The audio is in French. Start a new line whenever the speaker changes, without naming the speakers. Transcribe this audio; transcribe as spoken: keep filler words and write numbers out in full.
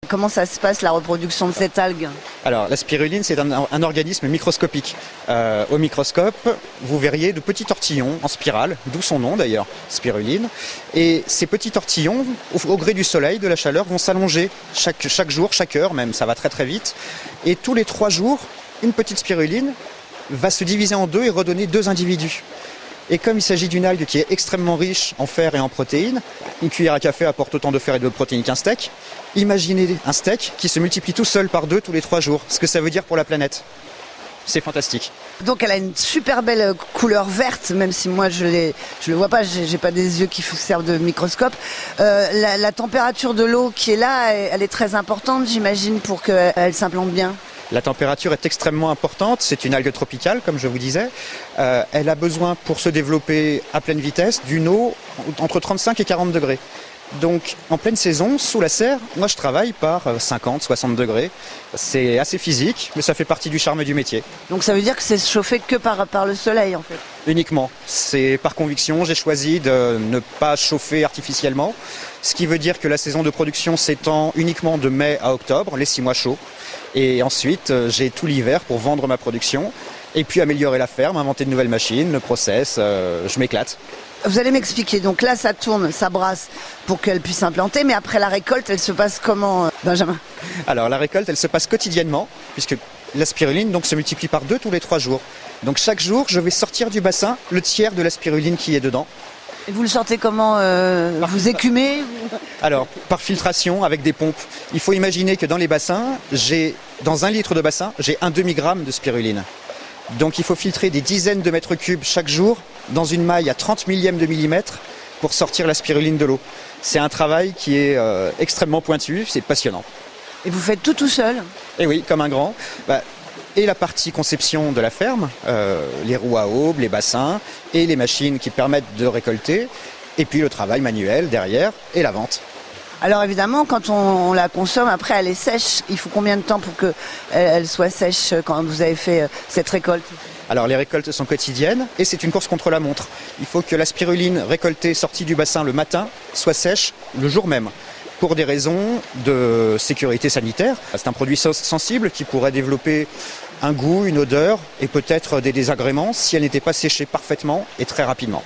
comment ça se passe la reproduction de cette algue?
Alors la spiruline, c'est un, un organisme microscopique. Euh, au microscope, vous verriez de petits tortillons en spirale, d'où son nom d'ailleurs, spiruline. Et ces petits tortillons, au, au gré du soleil, de la chaleur, vont s'allonger chaque, chaque jour, chaque heure même, ça va très très vite. Et tous les trois jours, une petite spiruline va se diviser en deux et redonner deux individus. Et comme il s'agit d'une algue qui est extrêmement riche en fer et en protéines, une cuillère à café apporte autant de fer et de protéines qu'un steak. Imaginez un steak qui se multiplie tout seul par deux tous les trois jours. Ce que ça veut dire pour la planète. C'est fantastique.
Donc elle a une super belle couleur verte, même si moi je ne le vois pas, j'ai, j'ai pas des yeux qui servent de microscope. Euh, la, la température de l'eau qui est là, elle est très importante, j'imagine, pour qu'elle s'implante bien.
La température est extrêmement importante, c'est une algue tropicale comme je vous disais. Euh, elle a besoin pour se développer à pleine vitesse d'une eau entre trente-cinq et quarante degrés. Donc en pleine saison, sous la serre, moi je travaille par cinquante, soixante degrés. C'est assez physique, mais ça fait partie du charme du métier.
Donc ça veut dire que c'est chauffé que par, par le soleil en fait?
Uniquement. C'est par conviction, j'ai choisi de ne pas chauffer artificiellement. Ce qui veut dire que la saison de production s'étend uniquement de mai à octobre, les six mois chauds. Et ensuite, j'ai tout l'hiver pour vendre ma production et puis améliorer la ferme, inventer de nouvelles machines, le process, euh, je m'éclate.
Vous allez m'expliquer, donc là ça tourne, ça brasse pour qu'elle puisse implanter, mais après la récolte, elle se passe comment, Benjamin?
Alors la récolte, elle se passe quotidiennement, puisque la spiruline donc, se multiplie par deux tous les trois jours. Donc chaque jour, je vais sortir du bassin le tiers de la spiruline qui est dedans.
Et vous le sortez comment euh, Vous écumez?
Alors, par filtration avec des pompes. Il faut imaginer que dans les bassins, j'ai, dans un litre de bassin, j'ai un demi-gramme de spiruline. Donc il faut filtrer des dizaines de mètres cubes chaque jour dans une maille à trente millièmes de millimètre pour sortir la spiruline de l'eau. C'est un travail qui est euh, extrêmement pointu, c'est passionnant.
Et vous faites tout tout seul?
Et oui, comme un grand. Bah, et la partie conception de la ferme, euh, les roues à aubes, les bassins et les machines qui permettent de récolter, et puis le travail manuel derrière et la vente.
Alors évidemment, quand on, on la consomme, après elle est sèche. Il faut combien de temps pour qu'elle elle soit sèche quand vous avez fait cette récolte?
Alors les récoltes sont quotidiennes et c'est une course contre la montre. Il faut que la spiruline récoltée sortie du bassin le matin soit sèche le jour même. Pour des raisons de sécurité sanitaire. C'est un produit sensible qui pourrait développer un goût, une odeur et peut-être des désagréments si elle n'était pas séchée parfaitement et très rapidement.